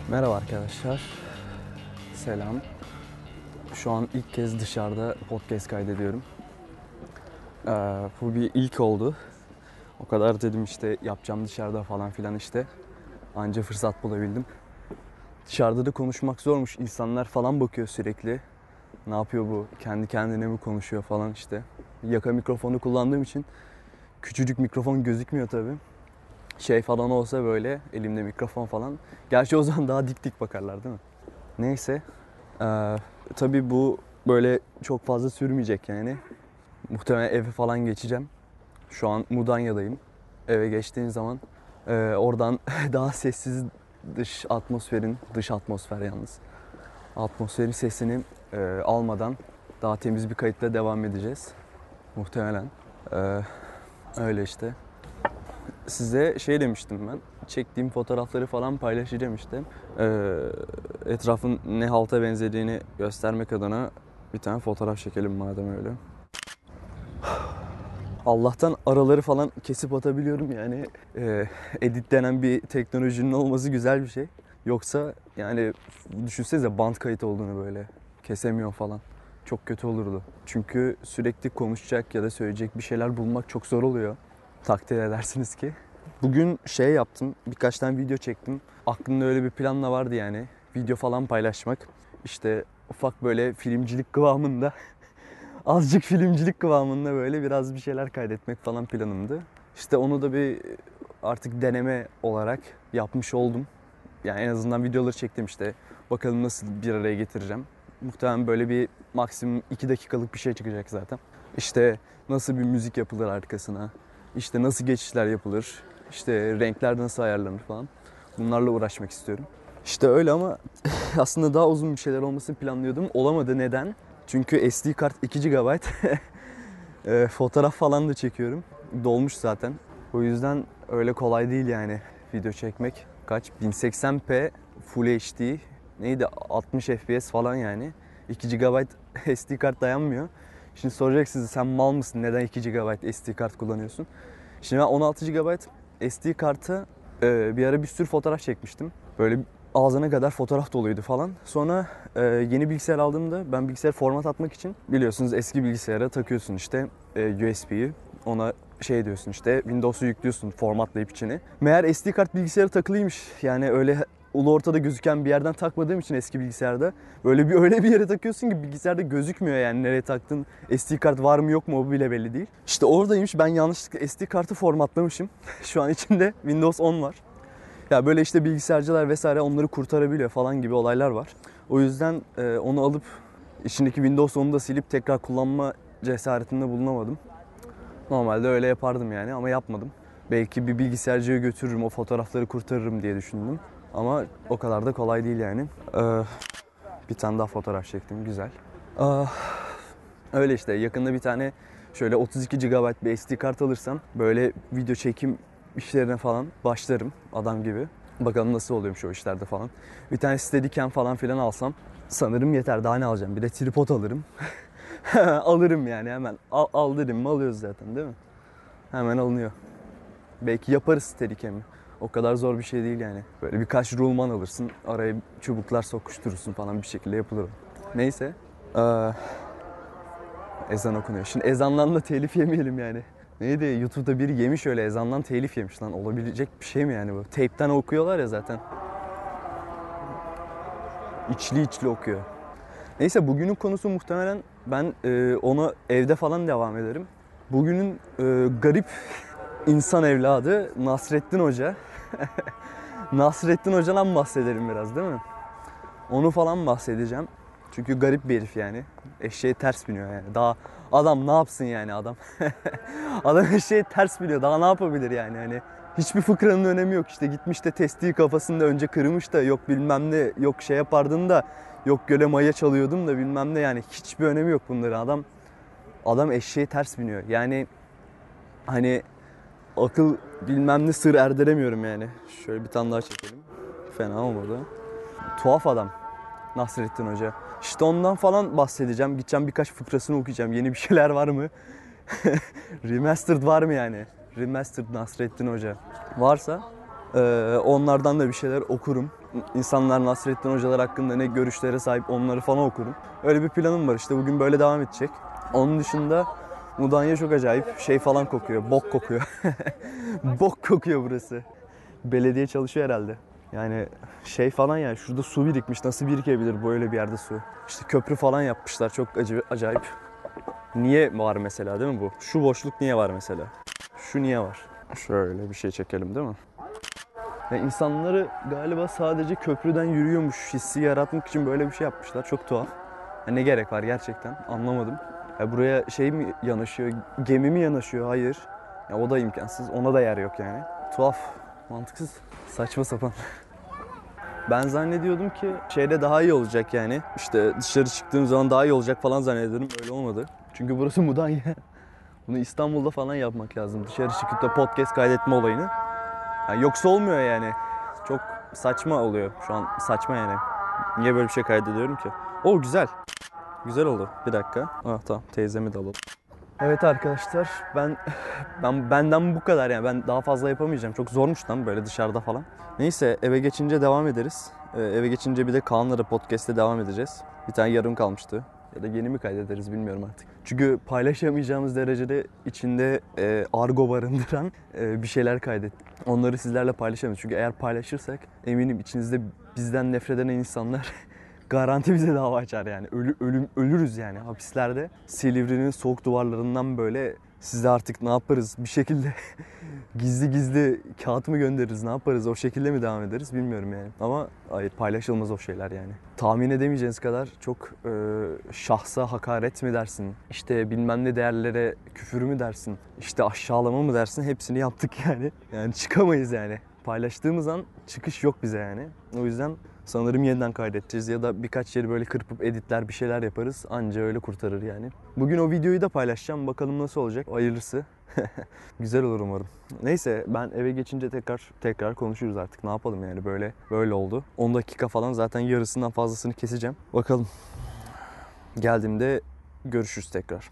Merhaba arkadaşlar. Selam. Şu an ilk kez dışarıda podcast kaydediyorum. Bu bir ilk oldu. O kadar dedim işte yapacağım dışarıda falan filan işte. Anca fırsat bulabildim. Dışarıda da konuşmak zormuş. İnsanlar falan bakıyor sürekli. Ne yapıyor bu? Kendi kendine mi konuşuyor falan işte. Yaka mikrofonu kullandığım için küçücük mikrofon gözükmüyor tabii. Şey falan olsa böyle elimde mikrofon falan. Gerçi o zaman daha dik dik bakarlar değil mi? Neyse. Tabii bu böyle çok fazla sürmeyecek yani. Muhtemelen eve falan geçeceğim. Şu an Mudanya'dayım. Eve geçtiğim zaman oradan daha sessiz dış atmosfer yalnız. Atmosferin sesini almadan daha temiz bir kayıtla devam edeceğiz. Muhtemelen. E, Öyle işte. Size şey demiştim ben. Çektiğim fotoğrafları falan paylaşacağım işte. Etrafın ne halta benzediğini göstermek adına bir tane fotoğraf çekelim madem öyle. Allah'tan araları falan kesip atabiliyorum yani. Edit denen bir teknolojinin olması güzel bir şey. Yoksa yani düşünsenize band kayıt olduğunu böyle kesemiyor falan. Çok kötü olurdu. Çünkü sürekli konuşacak ya da söyleyecek bir şeyler bulmak çok zor oluyor. Takdir edersiniz ki. Bugün şey yaptım, birkaç tane video çektim. Aklımda öyle bir planla vardı yani. Video falan paylaşmak. İşte ufak böyle filmcilik kıvamında, azıcık filmcilik kıvamında böyle biraz bir şeyler kaydetmek falan planımdı. İşte onu da bir artık deneme olarak yapmış oldum. Yani en azından videoları çektim işte. Bakalım nasıl bir araya getireceğim. Muhtemelen böyle bir maksimum 2 dakikalık bir şey çıkacak zaten. İşte nasıl bir müzik yapılır arkasına. İşte nasıl geçişler yapılır. İşte renkler nasıl ayarlanır falan. Bunlarla uğraşmak istiyorum. İşte öyle ama aslında daha uzun bir şeyler olmasını planlıyordum. Olamadı. Neden? Çünkü SD kart 2 GB. Fotoğraf falan da çekiyorum. Dolmuş zaten. O yüzden öyle kolay değil yani video çekmek. Kaç? 1080p Full HD neydi? 60 FPS falan yani. 2 GB SD kart dayanmıyor. Şimdi soracaksınız sen mal mısın? Neden 2 GB SD kart kullanıyorsun? Şimdi ben 16 GB SD kartı bir ara bir sürü fotoğraf çekmiştim. Böyle ağzına kadar fotoğraf doluydu falan. Sonra yeni bilgisayar aldığımda ben bilgisayar format atmak için biliyorsunuz eski bilgisayara takıyorsun işte USB'yi. Ona şey diyorsun işte Windows'u yüklüyorsun formatlayıp içine. Meğer SD kart bilgisayara takılıymış. Yani öyle ulu ortada gözüken bir yerden takmadığım için eski bilgisayarda öyle bir yere takıyorsun ki bilgisayarda gözükmüyor yani nereye taktın. SD kart var mı yok mu o bile belli değil. İşte oradaymış, ben yanlışlıkla SD kartı formatlamışım. Şu an içinde Windows 10 var. Ya böyle işte bilgisayarcılar vesaire onları kurtarabiliyor falan gibi olaylar var. O yüzden onu alıp içindeki Windows 10'u da silip tekrar kullanma cesaretinde bulunamadım. Normalde öyle yapardım yani ama yapmadım. Belki bir bilgisayarcıya götürürüm, o fotoğrafları kurtarırım diye düşündüm. Ama o kadar da kolay değil yani. Bir tane daha fotoğraf çektim, güzel. Öyle işte yakında bir tane şöyle 32 GB bir SD kart alırsam böyle video çekim işlerine falan başlarım adam gibi. Bakalım nasıl oluyormuş o işlerde falan. Bir tane Steadicam falan filan alsam sanırım yeter. Daha ne alacağım? Bir de tripod alırım. Alırım yani hemen. Al dedim mi alıyoruz zaten değil mi? Hemen alınıyor. Belki yaparız Steadicam'i. O kadar zor bir şey değil yani. Böyle birkaç rulman alırsın. Araya çubuklar sokuşturursun falan bir şekilde yapılır. Neyse. Ezan okunuyor. Şimdi ezandan da telif yemeyelim yani. Neydi? YouTube'da biri yemiş öyle ezandan telif yemiş lan. Olabilecek bir şey mi yani bu? Tape'ten okuyorlar ya zaten. İçli içli okuyor. Neyse bugünün konusu muhtemelen ben ona evde falan devam ederim. Bugünün garip insan evladı Nasrettin Hoca. Nasrettin Hoca'dan bahsedelim biraz değil mi? Onu falan bahsedeceğim. Çünkü garip bir herif yani. Eşeğe ters biniyor yani. Daha adam ne yapsın yani adam? Adam eşeğe ters biniyor. Daha ne yapabilir yani? Hani hiçbir fıkranın önemi yok. İşte gitmiş de testiyi kafasında önce kırmış da yok bilmem ne yok şey yapardın da yok göle maya çalıyordum da bilmem ne yani hiçbir önemi yok bunların. Adam eşeğe ters biniyor. Yani hani akıl bilmem ne sır erdiremiyorum yani. Şöyle bir tane daha çekelim. Fena olmadı. Tuhaf adam. Nasrettin Hoca. İşte ondan falan bahsedeceğim. Gideceğim birkaç fıkrasını okuyacağım. Yeni bir şeyler var mı? Remastered var mı yani? Remastered Nasrettin Hoca. Varsa onlardan da bir şeyler okurum. insanlar Nasrettin Hocalar hakkında ne görüşlere sahip onları falan okurum. Öyle bir planım var işte, bugün böyle devam edecek. Onun dışında Mudanya çok acayip şey falan kokuyor, bok kokuyor. Bok kokuyor burası. Belediye çalışıyor herhalde. Yani şey falan, yani şurada su birikmiş, nasıl birikebilir böyle bir yerde su? İşte köprü falan yapmışlar, çok acayip. Niye var mesela, değil mi bu? Şu boşluk niye var mesela? Şu niye var? Şöyle bir şey çekelim, değil mi? Yani insanları galiba sadece köprüden yürüyormuş hissi yaratmak için böyle bir şey yapmışlar. Çok tuhaf. Yani ne gerek var gerçekten, anlamadım. Ya buraya şey mi yanaşıyor, gemi mi yanaşıyor? Hayır. Ya o da imkansız. Ona da yer yok yani. Tuhaf, mantıksız, saçma sapan. Ben zannediyordum ki şeyde daha iyi olacak yani. İşte dışarı çıktığım zaman daha iyi olacak falan zannediyordum. Öyle olmadı. Çünkü burası Mudanya. Bunu İstanbul'da falan yapmak lazım. Dışarı çıkıp da podcast kaydetme olayını. Yani yoksa olmuyor yani. Çok saçma oluyor. Şu an saçma yani. Niye böyle bir şey kaydediyorum ki? O güzel. Güzel oldu. Bir dakika. Ah tamam, teyzemi de alalım. Evet arkadaşlar, benden bu kadar yani. Ben daha fazla yapamayacağım. Çok zormuş lan böyle dışarıda falan. Neyse, eve geçince devam ederiz. Eve geçince bir de Kaan'la da podcast'te devam edeceğiz. Bir tane yarım kalmıştı. Ya da yeni mi kaydederiz bilmiyorum artık. Çünkü paylaşamayacağımız derecede içinde argo barındıran bir şeyler kaydettim. Onları sizlerle paylaşamayız. Çünkü eğer paylaşırsak eminim içinizde bizden nefret eden insanlar garanti bize dava açar yani. Ölürüz yani hapislerde. Silivri'nin soğuk duvarlarından böyle size artık ne yaparız bir şekilde gizli gizli kağıt mı göndeririz, ne yaparız, o şekilde mi devam ederiz bilmiyorum yani. Ama hayır, paylaşılmaz o şeyler yani. Tahmin edemeyeceğiniz kadar çok şahsa hakaret mi dersin, işte bilmem ne değerlere küfür mü dersin, işte aşağılama mı dersin, hepsini yaptık yani. Yani çıkamayız yani. Paylaştığımız an çıkış yok bize yani. O yüzden sanırım yeniden kaydedeceğiz ya da birkaç yeri böyle kırpıp editler bir şeyler yaparız. Anca öyle kurtarır yani. Bugün o videoyu da paylaşacağım. Bakalım nasıl olacak. Hayırlısı. Güzel olur umarım. Neyse, ben eve geçince tekrar konuşuruz artık. Ne yapalım yani, böyle oldu. 10 dakika falan, zaten yarısından fazlasını keseceğim. Bakalım. Geldiğimde görüşürüz tekrar.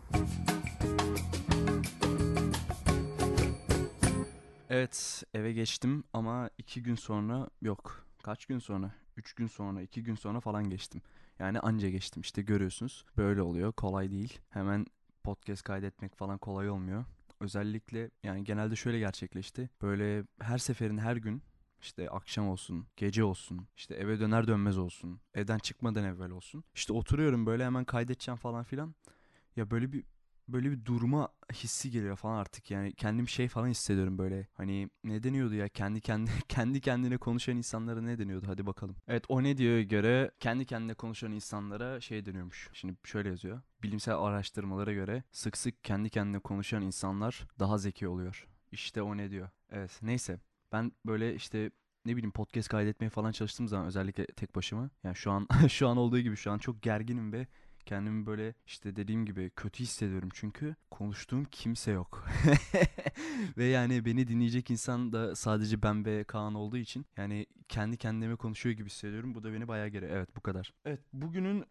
Evet, eve geçtim ama 2 gün sonra yok. Kaç gün sonra? 3 gün sonra, 2 gün sonra falan geçtim. Yani anca geçtim, işte görüyorsunuz. Böyle oluyor, kolay değil. Hemen podcast kaydetmek falan kolay olmuyor. Özellikle yani genelde şöyle gerçekleşti. Böyle her seferin her gün işte akşam olsun, gece olsun, işte eve döner dönmez olsun, evden çıkmadan evvel olsun. İşte oturuyorum böyle, hemen kaydedeceğim falan filan. Ya böyle bir durma hissi geliyor falan artık, yani kendim şey falan hissediyorum böyle. Hani ne deniyordu ya, kendi kendine kendi kendine konuşan insanlara ne deniyordu, hadi bakalım. Evet, o ne diyor göre kendi kendine konuşan insanlara şey deniyormuş. Şimdi şöyle yazıyor. Bilimsel araştırmalara göre sık sık kendi kendine konuşan insanlar daha zeki oluyor. İşte o ne diyor. Evet, neyse, ben böyle işte ne bileyim podcast kaydetmeye falan çalıştığım zaman, özellikle tek başıma, yani şu an şu an olduğu gibi şu an çok gerginim ve kendimi böyle işte dediğim gibi kötü hissediyorum, çünkü konuştuğum kimse yok. Ve yani beni dinleyecek insan da sadece ben ve Kaan olduğu için yani kendi kendime konuşuyor gibi hissediyorum. Bu da beni bayağı geriyor. Evet, bu kadar. Evet, bugünün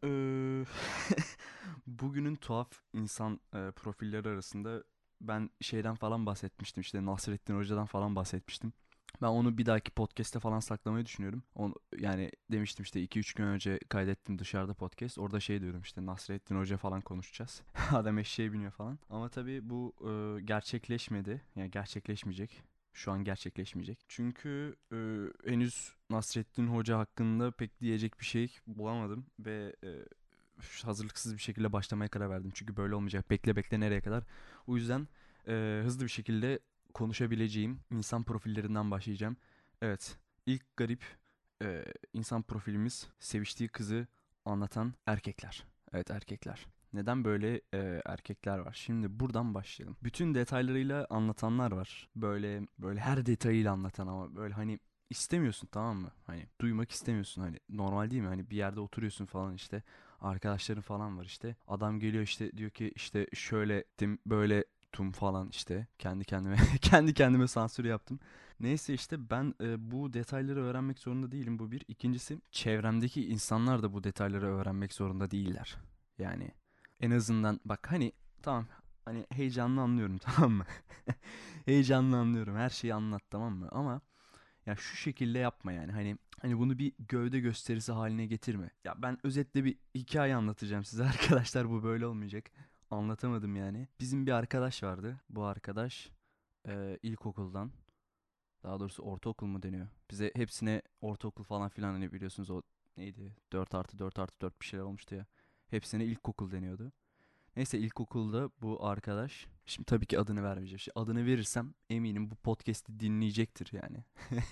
bugünün tuhaf insan profilleri arasında ben şeyden falan bahsetmiştim, işte Nasrettin Hoca'dan falan bahsetmiştim. Ben onu bir dahaki podcast'te falan saklamayı düşünüyorum. Onu, yani demiştim işte 2-3 gün önce kaydettim dışarıda podcast. Orada şey diyorum, işte Nasrettin Hoca falan konuşacağız. Adam eşeğe biniyor falan. Ama tabii bu gerçekleşmedi. Yani gerçekleşmeyecek. Şu an gerçekleşmeyecek. Çünkü henüz Nasrettin Hoca hakkında pek diyecek bir şey bulamadım. Ve hazırlıksız bir şekilde başlamaya karar verdim. Çünkü böyle olmayacak. Bekle bekle nereye kadar. O yüzden hızlı bir şekilde konuşabileceğim insan profillerinden başlayacağım. Evet, ilk garip insan profilimiz seviştiği kızı anlatan erkekler. Evet, erkekler. Neden böyle erkekler var? Şimdi buradan başlayalım. Bütün detaylarıyla anlatanlar var. Böyle her detayıyla anlatan, ama böyle hani istemiyorsun, tamam mı? Hani duymak istemiyorsun, hani normal değil mi? Hani bir yerde oturuyorsun falan, işte arkadaşların falan var işte. Adam geliyor işte, diyor ki işte şöyle tim böyle tum falan, işte kendi kendime kendi kendime sansür yaptım. Neyse, işte ben bu detayları öğrenmek zorunda değilim, bu bir. İkincisi, çevremdeki insanlar da bu detayları öğrenmek zorunda değiller. Yani en azından bak, hani tamam, hani heyecanlı anlıyorum tamam mı? Heyecanlı anlıyorum, her şeyi anlat tamam mı? Ama Ya şu şekilde yapma yani. Hani bunu bir gövde gösterisi haline getirme. Ya ben özetle bir hikaye anlatacağım size arkadaşlar, bu böyle olmayacak. Anlatamadım yani. Bizim bir arkadaş vardı. Bu arkadaş ilkokuldan, daha doğrusu ortaokul mu deniyor? Bize hepsine ortaokul falan filan, hani biliyorsunuz o neydi? 4+4+4 bir şeyler olmuştu ya. Hepsine ilkokul deniyordu. Neyse, ilkokulda bu arkadaş, şimdi tabii ki adını vermeyeceğim. Şimdi adını verirsem eminim bu podcast'i dinleyecektir yani.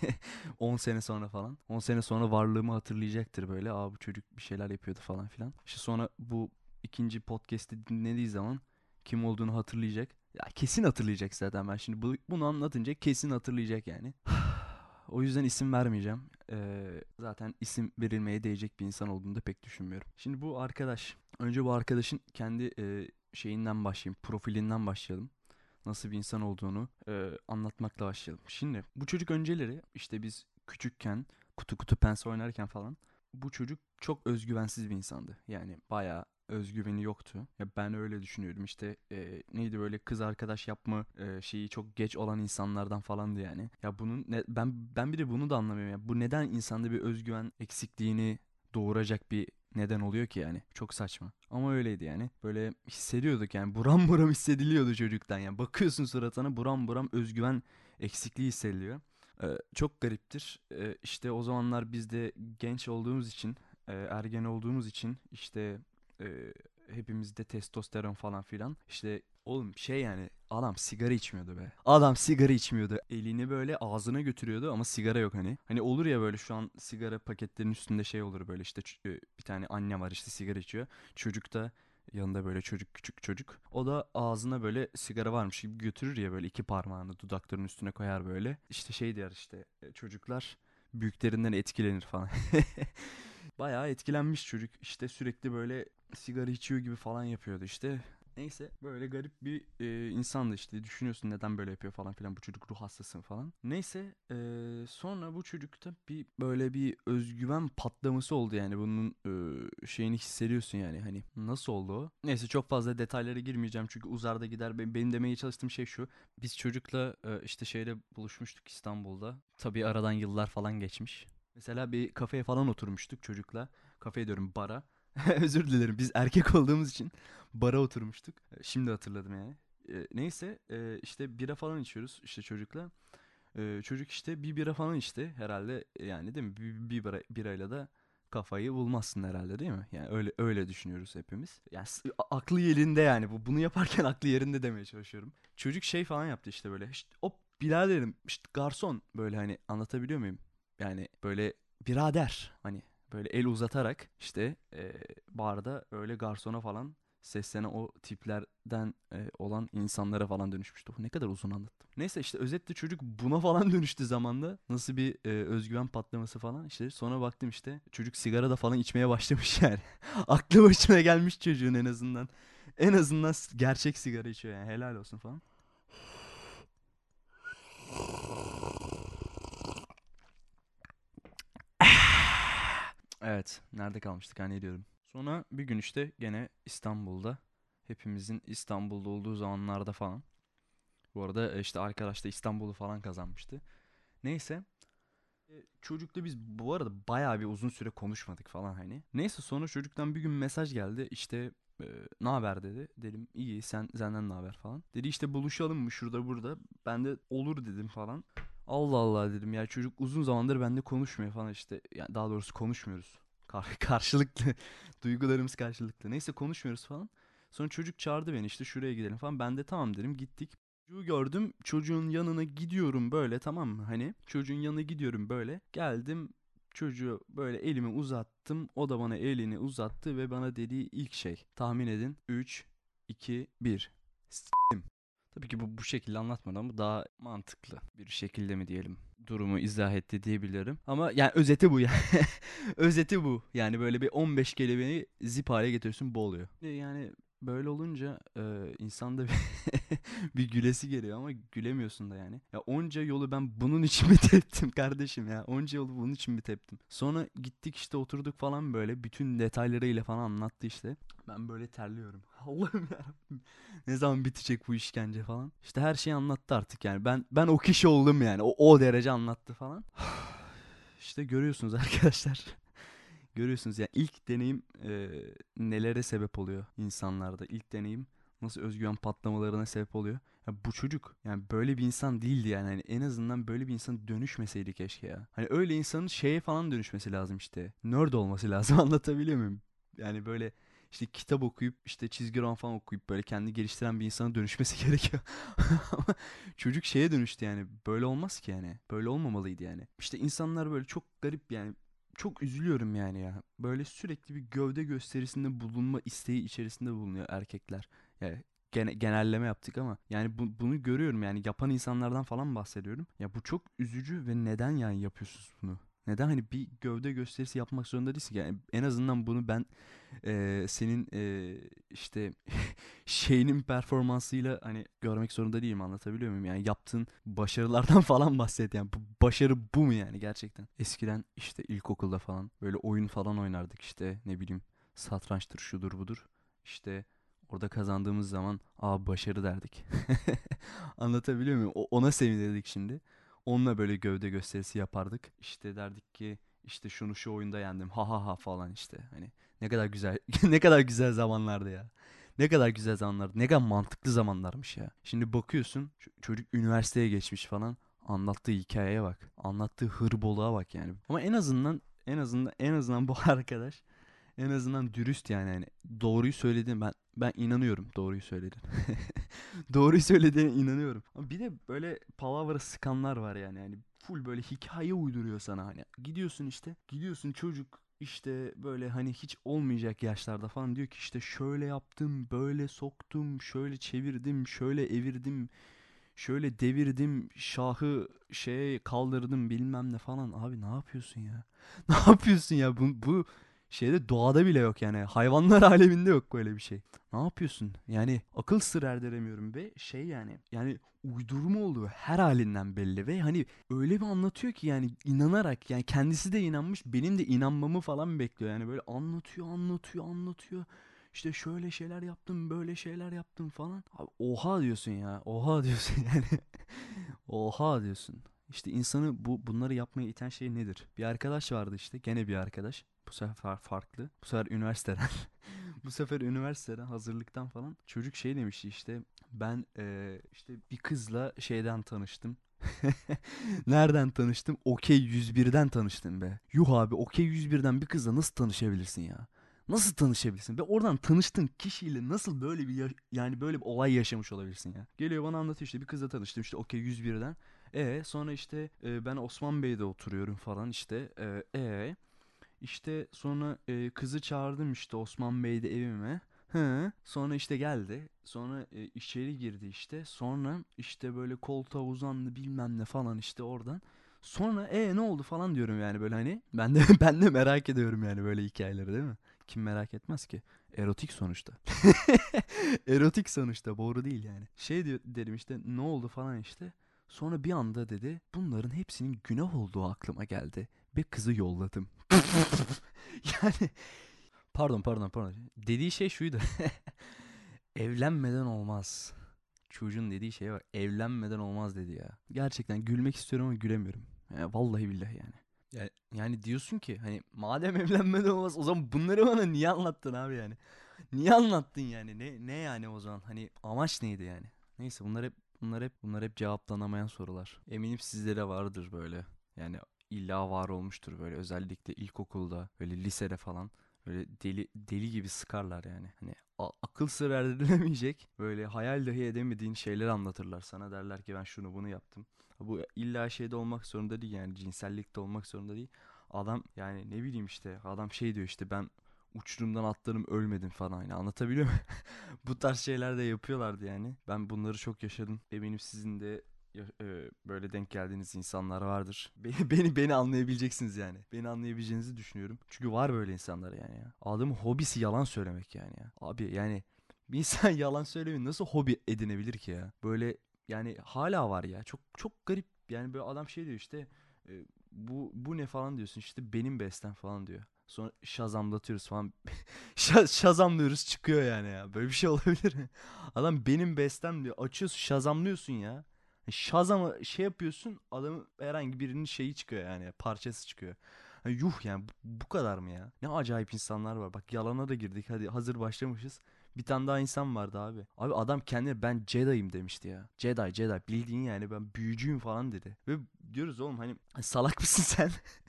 10 sene sonra falan. 10 sene sonra varlığımı hatırlayacaktır böyle. Aa, bu çocuk bir şeyler yapıyordu falan filan. İşte sonra bu ikinci podcast'i dinlediği zaman kim olduğunu hatırlayacak. Ya kesin hatırlayacak zaten, ben şimdi bunu anlatınca kesin hatırlayacak yani. O yüzden isim vermeyeceğim. Zaten isim verilmeye değecek bir insan olduğunu da pek düşünmüyorum. Şimdi bu arkadaş, önce bu arkadaşın kendi şeyinden başlayayım, profilinden başlayalım. Nasıl bir insan olduğunu anlatmakla başlayalım. Şimdi bu çocuk önceleri, işte biz küçükken kutu kutu pense oynarken falan, bu çocuk çok özgüvensiz bir insandı. Yani bayağı özgüveni yoktu. Ya ben öyle düşünüyorum. İşte neydi, böyle kız arkadaş yapma şeyi çok geç olan insanlardan falandı yani. Ya ben bir de bunu da anlamıyorum ya. Bu neden insanda bir özgüven eksikliğini doğuracak bir neden oluyor ki yani? Çok saçma. Ama öyleydi yani. Böyle hissediyorduk yani. Buram buram hissediliyordu çocuktan yani. Bakıyorsun suratına, buram buram özgüven eksikliği hissediliyor. Çok gariptir. İşte o zamanlar biz de genç olduğumuz için, ergen olduğumuz için, işte e, hepimizde testosteron falan filan. İşte oğlum şey yani, adam sigara içmiyordu be. Adam sigara içmiyordu. Elini böyle ağzına götürüyordu ama sigara yok hani. Hani olur ya böyle, şu an sigara paketlerinin üstünde şey olur böyle, işte bir tane anne var işte sigara içiyor. Çocuk da yanında, böyle çocuk, küçük çocuk. O da ağzına böyle sigara varmış gibi götürür ya, böyle iki parmağını dudaklarının üstüne koyar böyle. İşte şey der işte, çocuklar büyüklerinden etkilenir falan. Bayağı etkilenmiş çocuk, işte sürekli böyle sigara içiyor gibi falan yapıyordu işte. Neyse, böyle garip bir insandı işte. Düşünüyorsun neden böyle yapıyor falan filan, bu çocuk ruh hastası mı falan. Neyse, sonra bu çocukta bir böyle bir özgüven patlaması oldu yani. Bunun şeyini hissediyorsun yani, hani nasıl oldu o? Neyse, çok fazla detaylara girmeyeceğim çünkü uzar da gider. Benim demeye çalıştığım şey şu: biz çocukla işte şeyde buluşmuştuk, İstanbul'da. Tabii aradan yıllar falan geçmiş. Mesela bir kafeye falan oturmuştuk çocukla. Kafe diyorum, bara. Özür dilerim, biz erkek olduğumuz için bara oturmuştuk. Şimdi hatırladım yani. Neyse, işte bira falan içiyoruz işte çocukla. Çocuk işte bir bira falan içti herhalde yani, değil mi? Bir birayla da kafayı bulmazsın herhalde, değil mi? Yani öyle düşünüyoruz hepimiz. Yani aklı yerinde yani, bunu yaparken aklı yerinde demeye çalışıyorum. Çocuk şey falan yaptı işte, böyle işte hop biraderim, işte garson, böyle hani anlatabiliyor muyum? Yani böyle birader, hani böyle el uzatarak işte barda öyle garsona falan seslenen o tiplerden olan insanlara falan dönüşmüştü. Ne kadar uzun anlattım. Neyse, işte özetle çocuk buna falan dönüştü zamanla. Nasıl bir özgüven patlaması falan. İşte sonra baktım, işte çocuk sigara da falan içmeye başlamış yani. Aklı başına gelmiş çocuğun en azından. En azından gerçek sigara içiyor yani, helal olsun falan. Evet, nerede kalmıştık, hani diyorum. Sonra bir gün işte gene İstanbul'da, hepimizin İstanbul'da olduğu zamanlarda falan. Bu arada işte arkadaş da İstanbul'u falan kazanmıştı. Neyse, çocukla biz bu arada bayağı bir uzun süre konuşmadık falan hani. Neyse, sonra çocuktan bir gün mesaj geldi. İşte ne haber dedi. Dedim iyi, senden ne haber falan. Dedi işte buluşalım mı şurada burada. Ben de olur dedim falan. Allah Allah dedim ya, çocuk uzun zamandır benimle konuşmuyor falan işte. Yani daha doğrusu konuşmuyoruz. Karşılıklı. Duygularımız karşılıklı. Neyse, konuşmuyoruz falan. Sonra çocuk çağırdı beni, işte şuraya gidelim falan. Ben de tamam dedim, gittik. Çocuğu gördüm. Çocuğun yanına gidiyorum böyle, tamam mı? Hani çocuğun yanına gidiyorum böyle. Geldim, çocuğu böyle elimi uzattım. O da bana elini uzattı ve bana dediği ilk şey. Tahmin edin. 3, 2, 1. S**tim. Tabii ki bu şekilde anlatmadan bu daha mantıklı bir şekilde mi diyelim, durumu izah etti diyebilirim. Ama yani özeti bu ya. Özeti bu. Yani böyle bir 15 kelimeyi zip hale getiriyorsun, bu oluyor. Yani böyle olunca insanda bir, bir gülesi geliyor ama gülemiyorsun da yani. Ya onca yolu ben bunun için mi teptim kardeşim ya? Onca yolu bunun için mi teptim? Sonra gittik işte oturduk falan böyle bütün detaylarıyla falan anlattı işte. Ben böyle terliyorum. Allah'ım yarabbim. Ne zaman bitecek bu işkence falan. İşte her şeyi anlattı artık yani. Ben o kişi oldum yani. O derece anlattı falan. İşte görüyorsunuz arkadaşlar. Görüyorsunuz yani ilk deneyim nelere sebep oluyor insanlarda. İlk deneyim nasıl özgüven patlamalarına sebep oluyor. Ya bu çocuk yani böyle bir insan değildi yani. Hani en azından böyle bir insan dönüşmeseydi keşke ya. Hani öyle insanın şeye falan dönüşmesi lazım işte. Nerd olması lazım anlatabiliyor muyum? Yani böyle işte kitap okuyup işte çizgi roman falan okuyup böyle kendi geliştiren bir insana dönüşmesi gerekiyor. Ama çocuk şeye dönüştü yani. Böyle olmaz ki yani. Böyle olmamalıydı yani. İşte insanlar böyle çok garip yani çok üzülüyorum yani ya. Böyle sürekli bir gövde gösterisinde bulunma isteği içerisinde bulunuyor erkekler. Yani genelleme yaptık ama yani bunu görüyorum yani yapan insanlardan falan bahsediyorum. Ya bu çok üzücü ve neden yani yapıyorsunuz bunu? Neden hani bir gövde gösterisi yapmak zorunda değilsin ki? Yani en azından bunu ben senin işte şeyinin performansıyla hani görmek zorunda değilim anlatabiliyor muyum? Yani yaptığın başarılardan falan bahset yani. Bu başarı bu mu yani gerçekten? Eskiden işte ilkokulda falan böyle oyun falan oynardık işte ne bileyim satrançtır şudur budur. İşte orada kazandığımız zaman başarı derdik. Anlatabiliyor muyum? Ona sevinirdik şimdi. Onunla böyle gövde gösterisi yapardık. İşte derdik ki işte şunu şu oyunda yendim ha ha ha falan işte. Hani ne kadar güzel ne kadar güzel zamanlardı ya. Ne kadar güzel zamanlardı. Ne kadar mantıklı zamanlarmış ya. Şimdi bakıyorsun çocuk üniversiteye geçmiş falan. Anlattığı hikayeye bak. Anlattığı hırboluğa bak yani. Ama en azından bu arkadaş en azından dürüst yani. Doğruyu söyledi ben inanıyorum doğruyu söyledi. Doğruyu söylediğine inanıyorum. Ama bir de böyle palavra sıkanlar var yani full böyle hikaye uyduruyor sana hani. Gidiyorsun işte gidiyorsun çocuk işte böyle hani hiç olmayacak yaşlarda falan diyor ki işte şöyle yaptım, böyle soktum, şöyle çevirdim, şöyle evirdim, şöyle devirdim, şahı şeye kaldırdım bilmem ne falan. Abi ne yapıyorsun ya? Ne yapıyorsun ya? Bu şeyde doğada bile yok yani. Hayvanlar aleminde yok böyle bir şey. Ne yapıyorsun? Yani akıl sır erdiremiyorum ve şey yani uydurma olduğu her halinden belli ve hani öyle bir anlatıyor ki yani inanarak yani kendisi de inanmış benim de inanmamı falan bekliyor yani böyle anlatıyor. İşte şöyle şeyler yaptım, böyle şeyler yaptım falan. Abi oha diyorsun ya. Oha diyorsun yani. Oha diyorsun. İşte insanı bunları yapmaya iten şey nedir? Bir arkadaş vardı işte. Gene bir arkadaş. Bu sefer farklı. Bu sefer üniversiteden. Bu sefer üniversiteden hazırlıktan falan. Çocuk şey demişti işte. Ben işte bir kızla şeyden tanıştım. Nereden tanıştım? Okey 101'den tanıştım be. Yuh abi Okey 101'den bir kızla nasıl tanışabilirsin ya? Nasıl tanışabilirsin? Ve oradan tanıştığın kişiyle nasıl böyle bir yani böyle bir olay yaşamış olabilirsin ya? Geliyor bana anlatıyor işte bir kızla tanıştım işte Okey 101'den. Sonra işte ben Osman Bey'de oturuyorum falan işte. İşte sonra kızı çağırdım işte Osman Bey'de evime. Sonra işte geldi. Sonra içeri girdi işte. Sonra işte böyle koltuğa uzandı bilmem ne falan işte oradan. Sonra ne oldu falan diyorum yani böyle hani. Ben de ben de merak ediyorum yani böyle hikayeleri değil mi? Kim merak etmez ki? Erotik sonuçta. Erotik sonuçta boru değil yani. Şey diyor derim işte ne oldu falan işte. Sonra bir anda dedi bunların hepsinin günah olduğu aklıma geldi ve kızı yolladım. Yani pardon. Dediği şey şuydu. Evlenmeden olmaz. Çocuğun dediği şey var. Evlenmeden olmaz dedi ya. Gerçekten gülmek istiyorum ama gülemiyorum. Ya, vallahi billahi yani. Yani diyorsun ki hani madem evlenmeden olmaz o zaman bunları bana niye anlattın abi yani? Niye anlattın yani? Ne yani o zaman? Hani amaç neydi yani? Neyse bunlar hep cevaplanamayan sorular. Eminim sizde de vardır böyle. Yani illa var olmuştur böyle özellikle ilkokulda, böyle lisede falan. Böyle deli deli gibi sıkarlar yani. Hani akıl sır erdirilemeyecek böyle hayal dahi edemediğin şeyler anlatırlar sana. Derler ki ben şunu bunu yaptım. Bu illa şeyde olmak zorunda değil yani cinsellikte olmak zorunda değil. Adam yani ne bileyim işte adam şey diyor işte ben uçurumdan atlarım ölmedim falan yani anlatabiliyor muyum? Bu tarz şeyler de yapıyorlardı yani. Ben bunları çok yaşadım. Eminim sizin de böyle denk geldiğiniz insanlar vardır. Beni anlayabileceksiniz yani. Beni anlayabileceğinizi düşünüyorum. Çünkü var böyle insanlar yani ya. Adamın hobisi yalan söylemek yani ya. Abi yani Bir insan yalan söylemeyi nasıl hobi edinebilir ki ya? Böyle yani hala var ya. Çok çok garip. Yani böyle adam şey diyor işte bu ne falan diyorsun işte benim bestem falan diyor. Sonra şazamlatıyoruz falan. Şazamlıyoruz çıkıyor yani ya. Böyle bir şey olabilir mi? Adam benim bestem diyor. Açıyorsun şazamlıyorsun ya. Şazamı şey yapıyorsun adamın herhangi birinin şeyi çıkıyor yani parçası çıkıyor. Yuh yani bu kadar mı ya? Ne acayip insanlar var. Bak yalana da girdik hadi hazır başlamışız. Bir tane daha insan vardı abi. Abi adam kendine ben Jedi'yim demişti ya. Jedi bildiğin yani ben büyücüyüm falan dedi. Ve diyoruz oğlum hani salak mısın sen?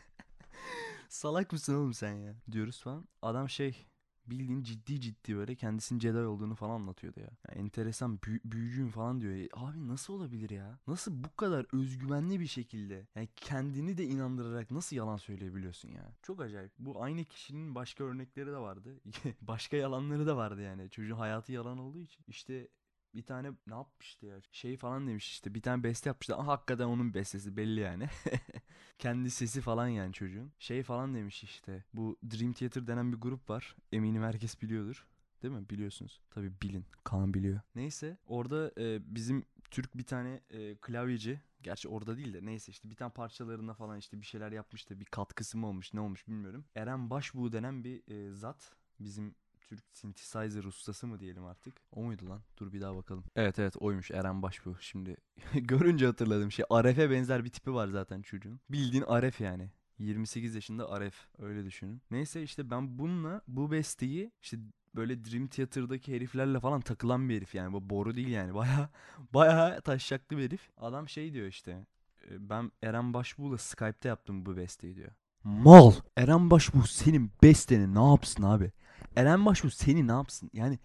Salak mısın oğlum sen ya? Diyoruz falan. Adam şey bildiğin ciddi böyle kendisinin Jedi olduğunu falan anlatıyordu ya. Yani enteresan büyücüyüm falan diyor. Abi nasıl olabilir ya? Nasıl bu kadar özgüvenli bir şekilde yani kendini de inandırarak nasıl yalan söyleyebiliyorsun ya? Çok acayip. Bu aynı kişinin başka örnekleri de vardı. Başka yalanları da vardı yani. Çocuğun hayatı yalan olduğu için. İşte bir tane ne yapmıştı ya? Şey falan demiş işte bir tane beste yapmıştı. Aha, hakikaten onun bestesi belli yani. Kendi sesi falan yani çocuğun. Şey falan demiş işte. Bu Dream Theater denen bir grup var. Eminim herkes biliyordur. Değil mi? Biliyorsunuz. Tabii bilin. Kaan biliyor. Neyse orada bizim Türk bir tane klavyeci. Gerçi orada değil de neyse işte bir tane parçalarında falan işte bir şeyler yapmış da bir katkısı mı olmuş ne olmuş bilmiyorum. Eren Başbuğ denen bir zat bizim Türk synthesizer ustası mı diyelim artık. O muydu lan? Dur bir daha bakalım. Evet oymuş Eren Başbuğ. Şimdi görünce hatırladım şey. Aref'e benzer bir tipi var zaten çocuğun. Bildiğin Aref yani. 28 yaşında Aref öyle düşünün. Neyse işte ben bununla bu besteyi işte böyle Dream Theater'daki heriflerle falan takılan bir herif yani. Bu boru değil yani. Baya taşşaklı bir herif. Adam şey diyor işte. Ben Eren Başbuğ'la Skype'te yaptım bu besteyi diyor. Mal. Eren Başbuğ senin besteni ne yapsın abi? Eren Başbuğ seni ne yapsın? Yani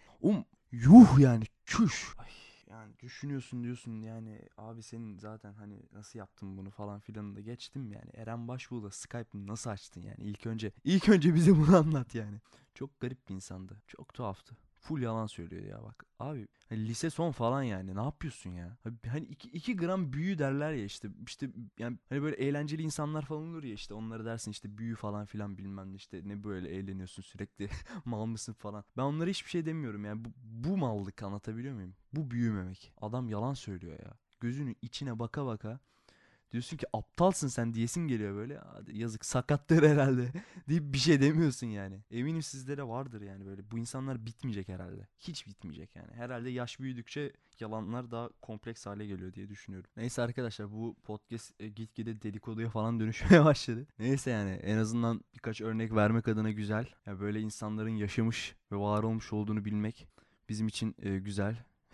yuh yani çüş. Ay, yani düşünüyorsun diyorsun yani abi senin zaten hani nasıl yaptın bunu falan filan da geçtim yani. Eren Başbuğ'la Skype'ı nasıl açtın yani ilk önce bize bunu anlat yani. Çok garip bir insandı. Çok tuhaftı. Full yalan söylüyor ya bak. Abi hani lise son falan yani ne yapıyorsun ya? Hani 2 gram büyü derler ya işte yani hani böyle eğlenceli insanlar falan olur ya işte onları dersin işte büyü falan filan bilmem ne işte ne böyle eğleniyorsun sürekli mal mısın falan. Ben onlara hiçbir şey demiyorum yani bu mallık anlatabiliyor muyum? Bu büyümemek. Adam yalan söylüyor ya. Gözünün içine baka baka diyorsun ki aptalsın sen diyesin geliyor böyle. Hadi yazık sakattır herhalde deyip bir şey demiyorsun yani. Eminim sizde de vardır yani böyle. Bu insanlar bitmeyecek herhalde. Hiç bitmeyecek yani. Herhalde yaş büyüdükçe yalanlar daha kompleks hale geliyor diye düşünüyorum. Neyse arkadaşlar bu podcast gitgide dedikoduya falan dönüşmeye başladı. Neyse yani en azından birkaç örnek vermek adına güzel. Ya böyle insanların yaşamış ve var olmuş olduğunu bilmek bizim için güzel.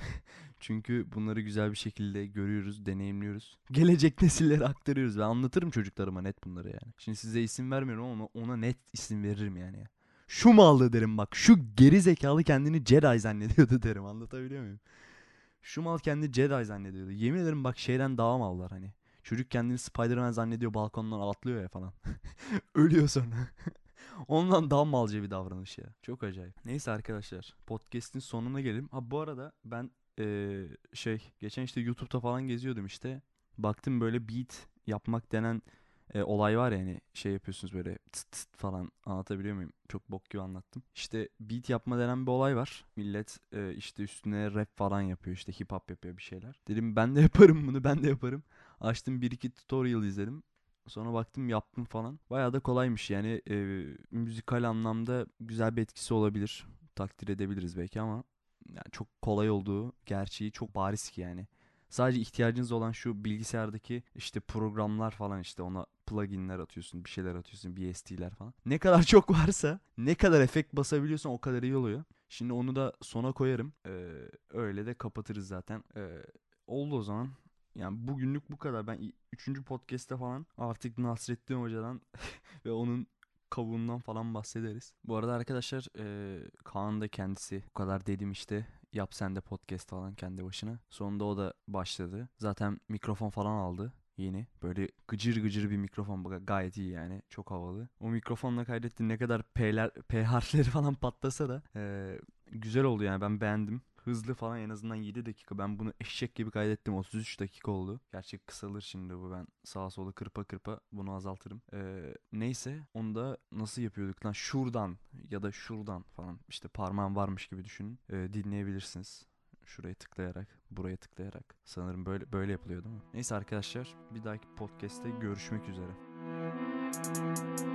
Çünkü bunları güzel bir şekilde görüyoruz, deneyimliyoruz. Gelecek nesillere aktarıyoruz. Ben anlatırım çocuklarıma net bunları yani. Şimdi size isim vermiyorum ama ona net isim veririm yani. Şu mallı derim bak. Şu geri zekalı kendini Jedi zannediyordu derim. Anlatabiliyor muyum? Şu mal kendini Jedi zannediyordu. Yemin ederim bak şeyden daha mallar hani. Çocuk kendini Spider-Man zannediyor balkondan atlıyor ya falan. Ölüyor sonra. Ondan daha malca bir davranış ya. Çok acayip. Neyse arkadaşlar. Podcast'in sonuna gelelim. Ha bu arada ben şey geçen işte YouTube'da falan geziyordum işte. Baktım böyle beat yapmak denen olay var ya hani şey yapıyorsunuz böyle tıt tıt falan anlatabiliyor muyum? Çok bok gibi anlattım. İşte beat yapma denen bir olay var. Millet işte üstüne rap falan yapıyor işte hip hop yapıyor bir şeyler. Dedim ben de yaparım bunu ben de yaparım. Açtım bir iki tutorial izledim. Sonra baktım yaptım falan. Bayağı da kolaymış yani müzikal anlamda güzel bir etkisi olabilir. Takdir edebiliriz belki ama yani çok kolay olduğu gerçeği çok bariz ki yani. Sadece ihtiyacınız olan şu bilgisayardaki işte programlar falan işte ona pluginler atıyorsun, bir şeyler atıyorsun, VST'ler falan. Ne kadar çok varsa, ne kadar efekt basabiliyorsan o kadar iyi oluyor. Şimdi onu da sona koyarım. Öyle de kapatırız zaten. Oldu o zaman. Yani bugünlük bu kadar. Ben üçüncü podcast'te falan artık Nasrettin Hoca'dan ve onun kavuğundan falan bahsederiz. Bu arada arkadaşlar Kaan da kendisi bu kadar dedim işte yap sen de podcast falan kendi başına. Sonunda o da başladı. Zaten mikrofon falan aldı yeni. Böyle gıcır gıcır bir mikrofon gayet iyi yani. Çok havalı. O mikrofonla kaydetti ne kadar P harfleri falan patlasa da güzel oldu yani ben beğendim. hızlı falan, en azından 7 dakika. Ben bunu eşek gibi kaydettim. 33 dakika oldu. Gerçi kısalır şimdi bu. Ben sağa sola kırpa kırpa bunu azaltırım. Neyse, onu da nasıl yapıyorduk lan? Şuradan ya da şuradan falan, işte parmağım varmış gibi düşünün. Dinleyebilirsiniz. Şuraya tıklayarak, buraya tıklayarak. Sanırım böyle yapılıyor değil mi? Neyse arkadaşlar, bir dahaki podcast'te görüşmek üzere.